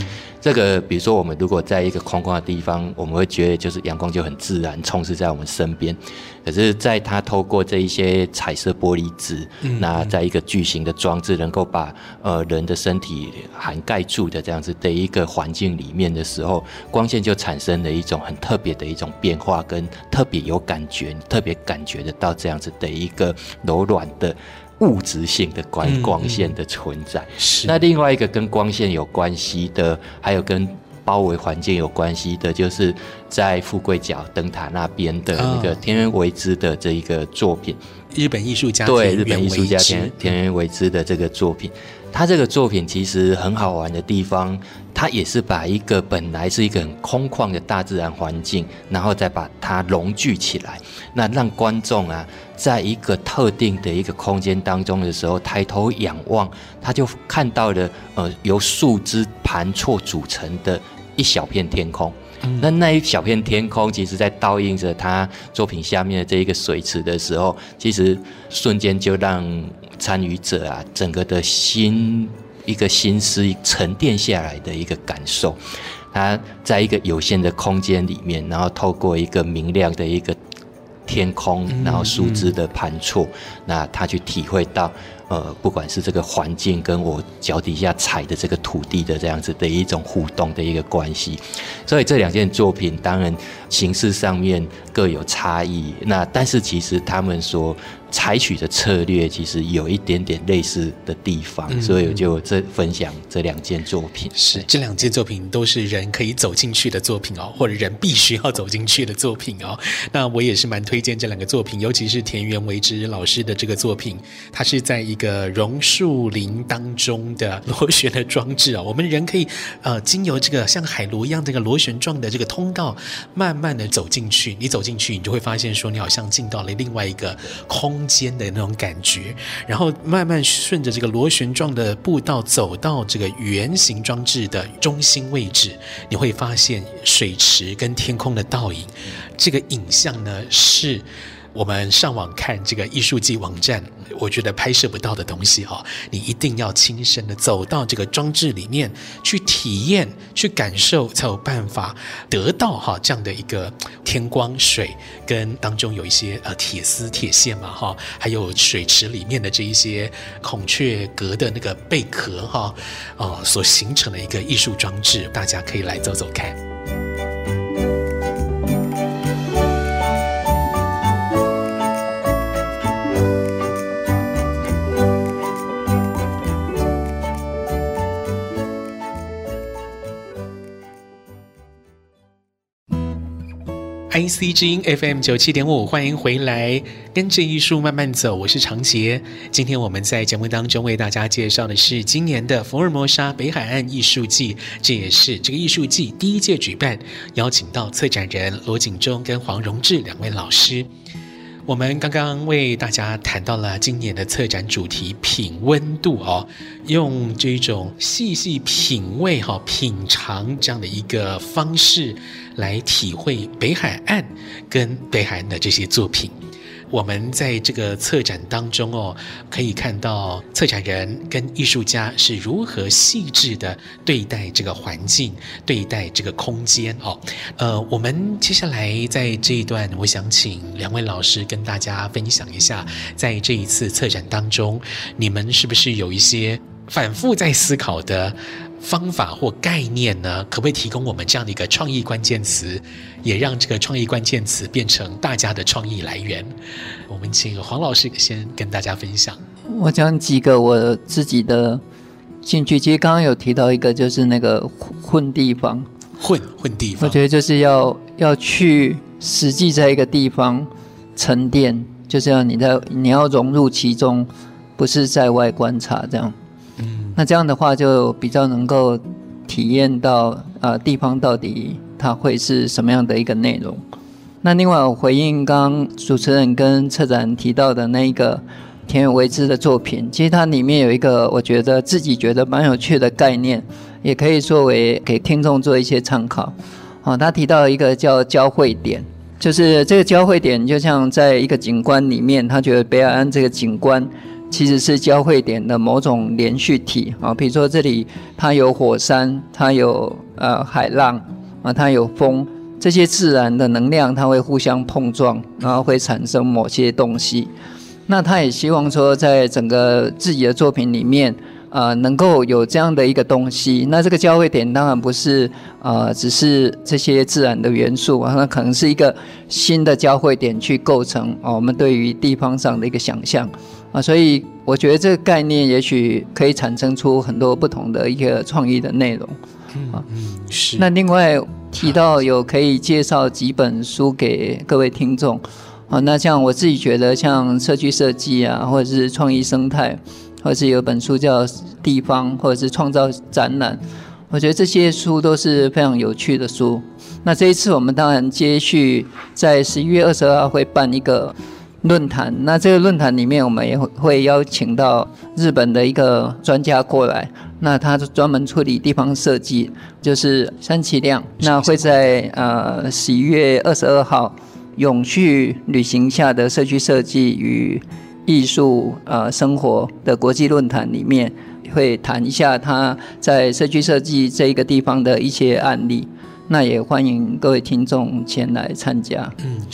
这个比如说我们如果在一个空旷的地方，我们会觉得就是阳光就很自然充斥在我们身边，可是在它透过这一些彩色玻璃纸，那在一个巨型的装置能够把人的身体涵盖住的这样子的一个环境里面的时候，光线就产生了一种很特别的一种变化，跟特别有感觉，特别感觉得到这样子的一个柔软的物质性的光线的存在。那另外一个跟光线有关系的，还有跟包围环境有关系的，就是在富贵角灯塔那边的那个田园为之的这一个作品。
日本艺术家
对日本艺术家田园为之的这个作品，他这个作品其实很好玩的地方，他也是把一个本来是一个很空旷的大自然环境，然后再把它融聚起来，那让观众啊，在一个特定的一个空间当中的时候，抬头仰望，他就看到了由树枝盘错组成的一小片天空。那一小片天空，其实在倒映着他作品下面的这一个水池的时候，其实瞬间就让参与者啊，整个的一个心思沉淀下来的一个感受。他在一个有限的空间里面，然后透过一个明亮的一个天空，然后树枝的盘错，那他去体会到不管是这个环境跟我脚底下踩的这个土地的这样子的一种互动的一个关系。所以这两件作品当然形式上面各有差异，那但是其实他们所采取的策略其实有一点点类似的地方，所以我就分享这两件作品。
是，这两件作品都是人可以走进去的作品哦，或者人必须要走进去的作品哦。那我也是蛮推荐这两个作品，尤其是田园为之老师的这个作品，它是在一个榕树林当中的螺旋的装置哦。我们人可以经由这个像海螺一样这个螺旋状的这个通道，慢慢的走进去。你走进去，你就会发现说，你好像进到了另外一个空间的那种感觉，然后慢慢顺着这个螺旋状的步道走到这个圆形装置的中心位置，你会发现水池跟天空的倒影。这个影像呢，是我们上网看这个艺术季网站，我觉得拍摄不到的东西哦，你一定要亲身的走到这个装置里面去体验、去感受，才有办法得到这样的一个天光水跟当中有一些铁丝、铁线嘛还有水池里面的这一些孔雀蛤的那个贝壳所形成的一个艺术装置，大家可以来走走看。IC 之音 FM 97.5，欢迎回来，跟着艺术慢慢走，我是长杰。今天我们在节目当中为大家介绍的是今年的福尔摩沙北海岸艺术季，这也是这个艺术季第一届举办，邀请到策展人罗景忠跟黄荣志两位老师。我们刚刚为大家谈到了今年的策展主题品温度用这种细细品味品尝这样的一个方式来体会北海岸跟北海岸的这些作品。我们在这个策展当中可以看到策展人跟艺术家是如何细致的对待这个环境，对待这个空间我们接下来在这一段，我想请两位老师跟大家分享一下，在这一次策展当中，你们是不是有一些反复在思考的方法或概念呢？可不可以提供我们这样的一个创意关键词，也让这个创意关键词变成大家的创意来源？我们请黄老师先跟大家分享。
我讲几个我自己的兴趣，其实刚刚有提到一个，就是那个混地方。
混地方，
我觉得就是要去实际在一个地方沉淀，就是你要融入其中，不是在外观察这样。那这样的话就比较能够体验到地方到底它会是什么样的一个内容。那另外我回应刚刚主持人跟策展人提到的那一个田园为之的作品，其实它里面有一个我觉得自己觉得蛮有趣的概念，也可以作为给听众做一些参考。他提到一个叫交汇点，就是这个交汇点就像在一个景观里面，他觉得北海岸这个景观其实是交汇点的某种连续体啊，比如说这里它有火山，它有海浪啊，它有风，这些自然的能量它会互相碰撞，然后会产生某些东西。那他也希望说，在整个自己的作品里面，能够有这样的一个东西。那这个交汇点当然不是只是这些自然的元素啊，那可能是一个新的交汇点去构成我们对于地方上的一个想象啊。所以我觉得这个概念也许可以产生出很多不同的一个创意的内容啊。
是。
那另外提到有可以介绍几本书给各位听众。那像我自己觉得像社区设计啊，或者是创意生态，或者是有本书叫地方，或者是创造展览，我觉得这些书都是非常有趣的书。那这一次我们当然接续在11月22号会办一个论坛，那这个论坛里面我们也会邀请到日本的一个专家过来，那他专门处理地方设计，就是山崎亮，那会在11月22号永续旅行下的社区设计与艺术生活的国际论坛里面，会谈一下他在社区设计这一个地方的一些案例。那也欢迎各位听众前来参加。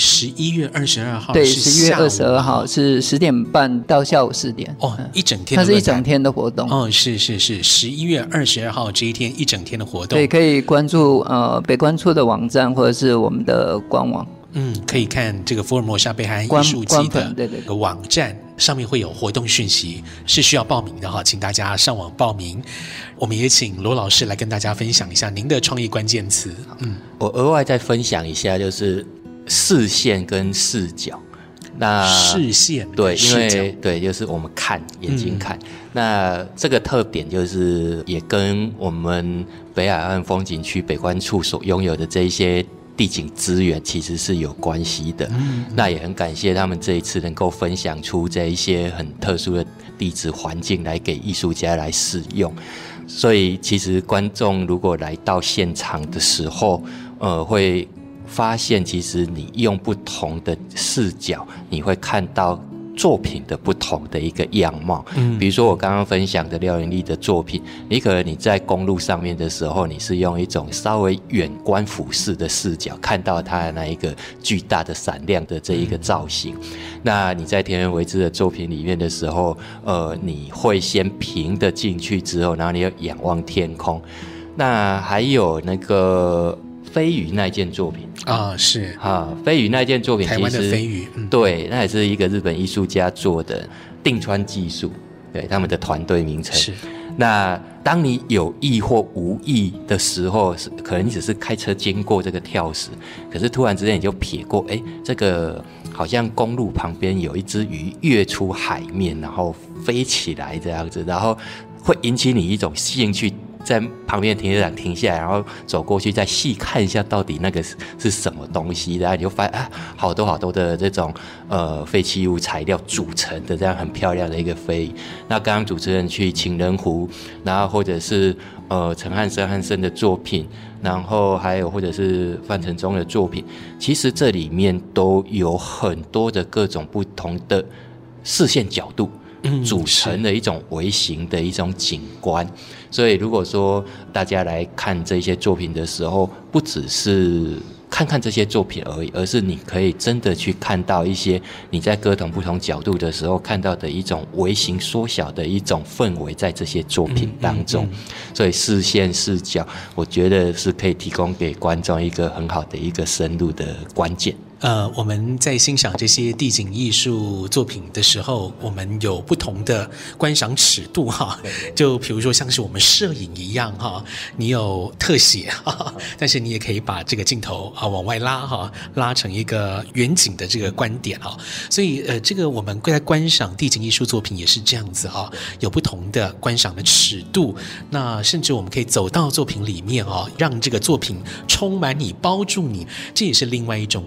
11月22号
对，11月22号是10点半到下午4点。
一整天的论坛，
它是一整天的活动。
是11月22号这一天一整天的活动。
对，可以关注北关处的网站或者是我们的官网。
可以看这个福尔摩沙北海岸艺术季的网站，上面会有活动讯息，是需要报名的哈，请大家上网报名。我们也请罗老师来跟大家分享一下您的创意关键词。
我额外再分享一下，就是视线跟视角。那
视线
对，因为对，就是我们看眼睛看。那这个特点就是也跟我们北海岸风景区北关处所拥有的这一些地景资源其实是有关系的。那也很感谢他们这一次能够分享出这一些很特殊的地质环境来给艺术家来使用。所以其实观众如果来到现场的时候，会发现其实你用不同的视角，你会看到作品的不同的一个样貌。比如说我刚刚分享的廖元丽的作品，你可能你在公路上面的时候，你是用一种稍微远观俯视的视角看到它的那一个巨大的闪亮的这一个造型。那你在田园为之的作品里面的时候，你会先平的进去之后，然后你要仰望天空。那还有那个飞鱼那件作品
是
飞鱼那件作品其实
台湾的飞鱼，
对，那也是一个日本艺术家做的定川技术，对，他们的团队名称是。那当你有意或无意的时候，可能你只是开车经过这个跳石，可是突然之间你就瞥过，这个好像公路旁边有一只鱼跃出海面，然后飞起来这样子，然后会引起你一种兴趣，在旁边的停车场停下来，然后走过去再细看一下到底那个是什么东西，然后你就发现好多好多的这种废弃物材料组成的这样很漂亮的一个飞鱼。那刚刚主持人去情人湖，然后或者是陈汉生的作品，然后还有或者是范承宗的作品，其实这里面都有很多的各种不同的视线角度组成的一种微型的一种景观。所以如果说大家来看这些作品的时候，不只是看看这些作品而已，而是你可以真的去看到一些你在各种不同角度的时候看到的一种微型缩小的一种氛围在这些作品当中。所以视线视角我觉得是可以提供给观众一个很好的一个深入的关键。
我们在欣赏这些地景艺术作品的时候，我们有不同的观赏尺度哈。就比如说像是我们摄影一样哈，你有特写哈，但是你也可以把这个镜头往外拉哈，拉成一个远景的这个观点哈。所以这个我们在观赏地景艺术作品也是这样子哈，有不同的观赏的尺度。那甚至我们可以走到作品里面让这个作品充满你、包住你，这也是另外一种观赏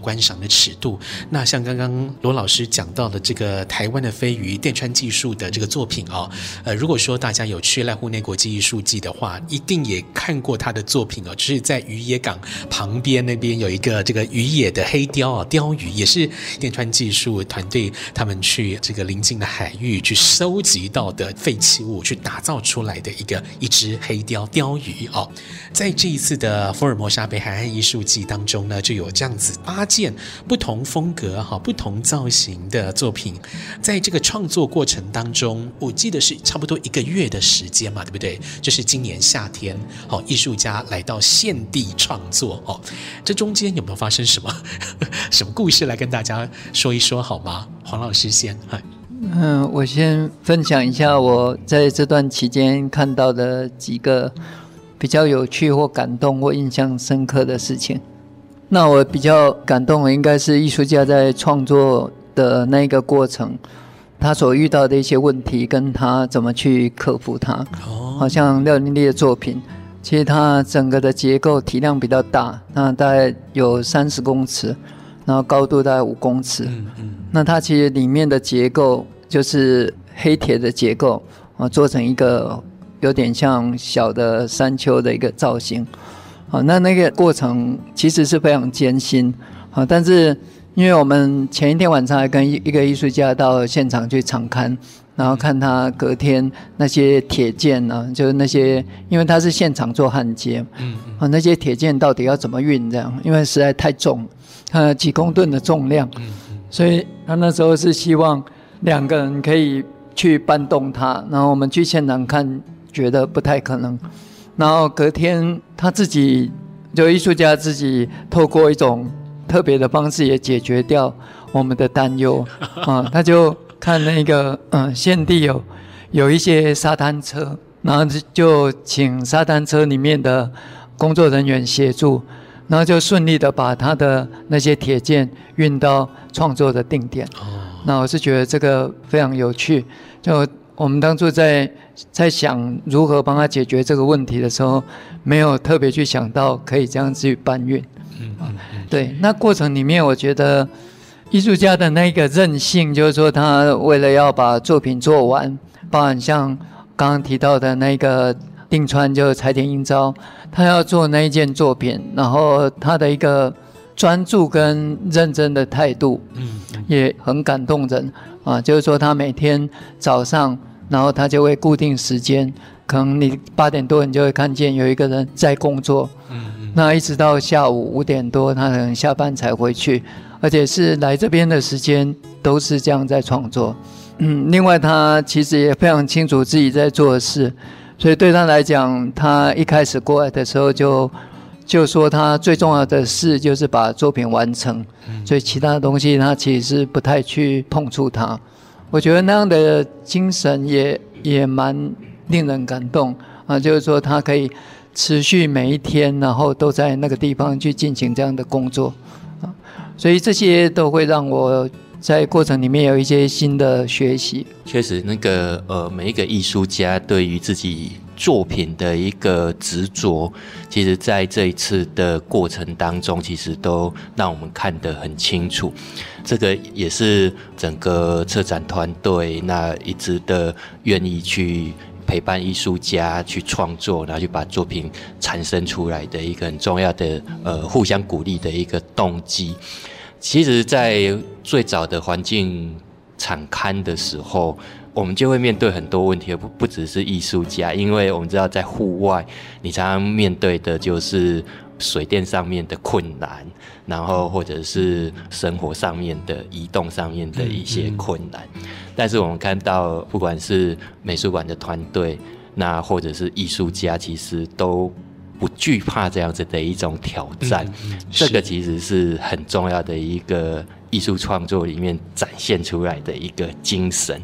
的尺度。那像刚刚罗老师讲到的这个台湾的飞鱼电川技术的这个作品如果说大家有去濑户内国际艺术季的话，一定也看过他的作品就是在渔野港旁边那边有一个这个渔野的黑鲷鲷鱼，也是电川技术团队他们去这个邻近的海域去收集到的废弃物去打造出来的一只黑鲷鱼在这一次的福尔摩沙北海岸艺术季当中呢，就有这样子8件不同风格不同造型的作品。在这个创作过程当中，我记得是差不多1个月的时间嘛，对不对？就是今年夏天艺术家来到现地创作这中间有没有发生什么故事来跟大家说一说好吗？黄老师先。
我先分享一下我在这段期间看到的几个比较有趣或感动或印象深刻的事情。那我比较感动的应该是艺术家在创作的那个过程，他所遇到的一些问题跟他怎么去克服它。好像廖玲丽的作品，其实它整个的结构体量比较大，那大概有30公尺，然后高度大概5公尺。那它其实里面的结构就是黑铁的结构做成一个有点像小的山丘的一个造型。那个过程其实是非常艰辛。但是因为我们前一天晚上还跟一个艺术家到现场去场勘，然后看他隔天那些铁件就是那些，因为他是现场做焊接，那些铁件到底要怎么运这样，因为实在太重，几公吨的重量，所以他那时候是希望2个人可以去搬动它，然后我们去现场看，觉得不太可能。然后隔天他自己就艺术家自己透过一种特别的方式也解决掉我们的担忧他就看那个现地有一些沙滩车，然后就请沙滩车里面的工作人员协助，然后就顺利的把他的那些铁件运到创作的定点。那我是觉得这个非常有趣，就我们当初在想如何帮他解决这个问题的时候，没有特别去想到可以这样子去搬运。对，那过程里面我觉得艺术家的那个韧性，就是说他为了要把作品做完，包含像刚刚提到的那个定川就是柴田英昭，他要做那一件作品，然后他的一个专注跟认真的态度也很感动人就是说他每天早上，然后他就会固定时间，可能你8点多你就会看见有一个人在工作，那一直到下午5点多他可能下班才回去，而且是来这边的时间都是这样在创作。另外他其实也非常清楚自己在做的事，所以对他来讲，他一开始过来的时候就说他最重要的事就是把作品完成，所以其他的东西他其实是不太去碰触它。我觉得那样的精神也蛮令人感动就是说他可以持续每一天，然后都在那个地方去进行这样的工作所以这些都会让我在过程里面有一些新的学习。
确实那个每一个艺术家对于自己作品的一个执着，其实在这一次的过程当中其实都让我们看得很清楚。这个也是整个策展团队那一直的愿意去陪伴艺术家去创作，然后去把作品产生出来的一个很重要的互相鼓励的一个动机。其实在最早的环境场勘的时候，我们就会面对很多问题，不只是艺术家，因为我们知道在户外你常常面对的就是水电上面的困难，然后或者是生活上面的移动上面的一些困难。但是我们看到不管是美术馆的团队，那或者是艺术家，其实都不惧怕这样子的一种挑战。这个其实是很重要的一个艺术创作里面展现出来的一个精神。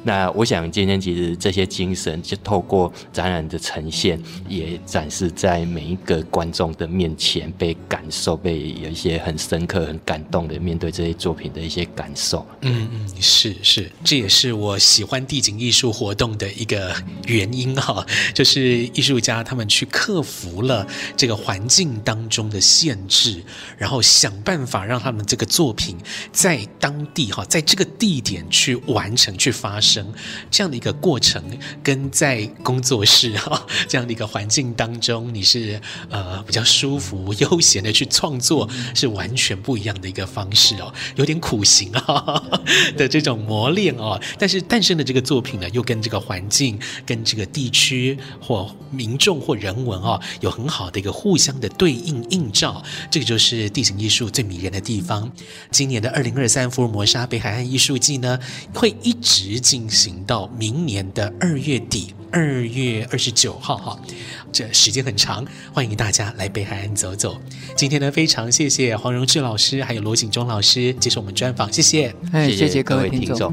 那我想今天其实这些精神就透过展览的呈现，也展示在每一个观众的面前，被感受，被有一些很深刻、很感动的面对这些作品的一些感受。
是，这也是我喜欢地景艺术活动的一个原因哈，就是艺术家他们去克服了这个环境当中的限制，然后想办法让他们这个作品在当地哈，在这个地点去完成、去发生这样的一个过程，跟在工作室哈这样的一个环境当中，你是比较舒服、悠闲的去创作，是完全不一样的一个方式哦，有点苦行的这种磨练哦。但是诞生的这个作品呢，又跟这个环境、跟这个地区或民众或人文有很好的一个互相的对应映照，这个就是地景艺术最迷人的地方。今年的2023福尔摩沙北海岸艺术季呢，会一直进行到明年的2月底，2月29号哈，这时间很长，欢迎大家来北海岸走走。今天呢，非常谢谢黄荣志老师还有罗景忠老师接受我们专访，谢谢。
谢谢各位听众。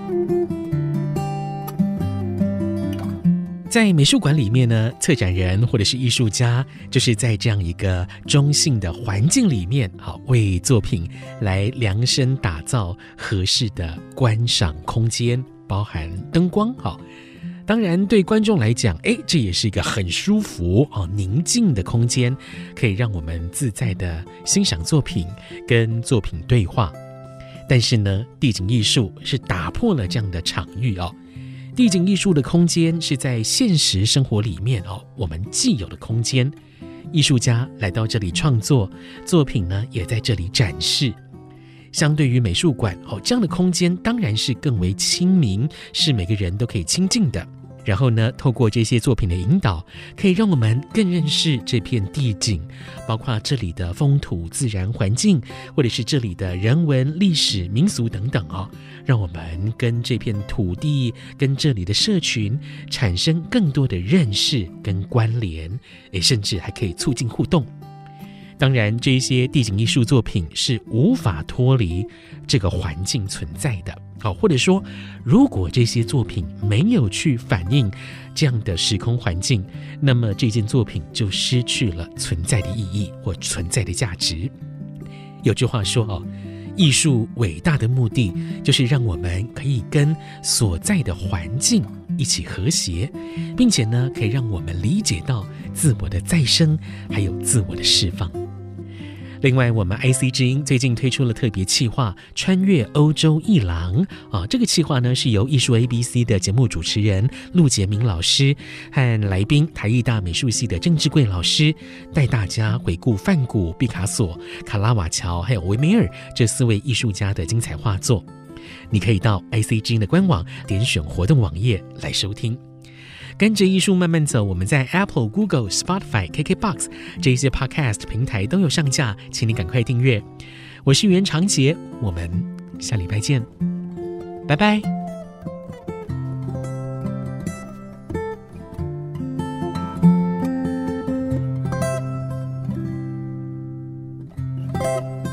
在美术馆里面呢，策展人或者是艺术家，就是在这样一个中性的环境里面，为作品来量身打造合适的观赏空间，包含灯光当然对观众来讲，这也是一个很舒服宁静的空间，可以让我们自在的欣赏作品，跟作品对话。但是呢，地景艺术是打破了这样的场域地景艺术的空间是在现实生活里面我们既有的空间，艺术家来到这里创作，作品呢也在这里展示。相对于美术馆这样的空间当然是更为亲民，是每个人都可以亲近的。然后呢，透过这些作品的引导，可以让我们更认识这片地景，包括这里的风土自然环境，或者是这里的人文历史民俗等等让我们跟这片土地跟这里的社群产生更多的认识跟关联，甚至还可以促进互动。当然这些地景艺术作品是无法脱离这个环境存在的或者说如果这些作品没有去反映这样的时空环境，那么这件作品就失去了存在的意义或存在的价值。有句话说艺术伟大的目的就是让我们可以跟所在的环境一起和谐，并且呢可以让我们理解到自我的再生还有自我的释放。另外我们 IC 之音最近推出了特别企划穿越欧洲艺廊这个企划呢是由艺术 ABC 的节目主持人陆杰明老师和来宾台艺大美术系的郑志贵老师带大家回顾梵谷、毕卡索、卡拉瓦乔还有维梅尔这4位艺术家的精彩画作。你可以到 IC 之音的官网点选活动网页来收听。跟着艺术慢慢走，我们在 Apple、Google、Spotify、KKBOX 这些 Podcast 平台都有上架，请你赶快订阅。我是袁长杰，我们下礼拜见，拜拜。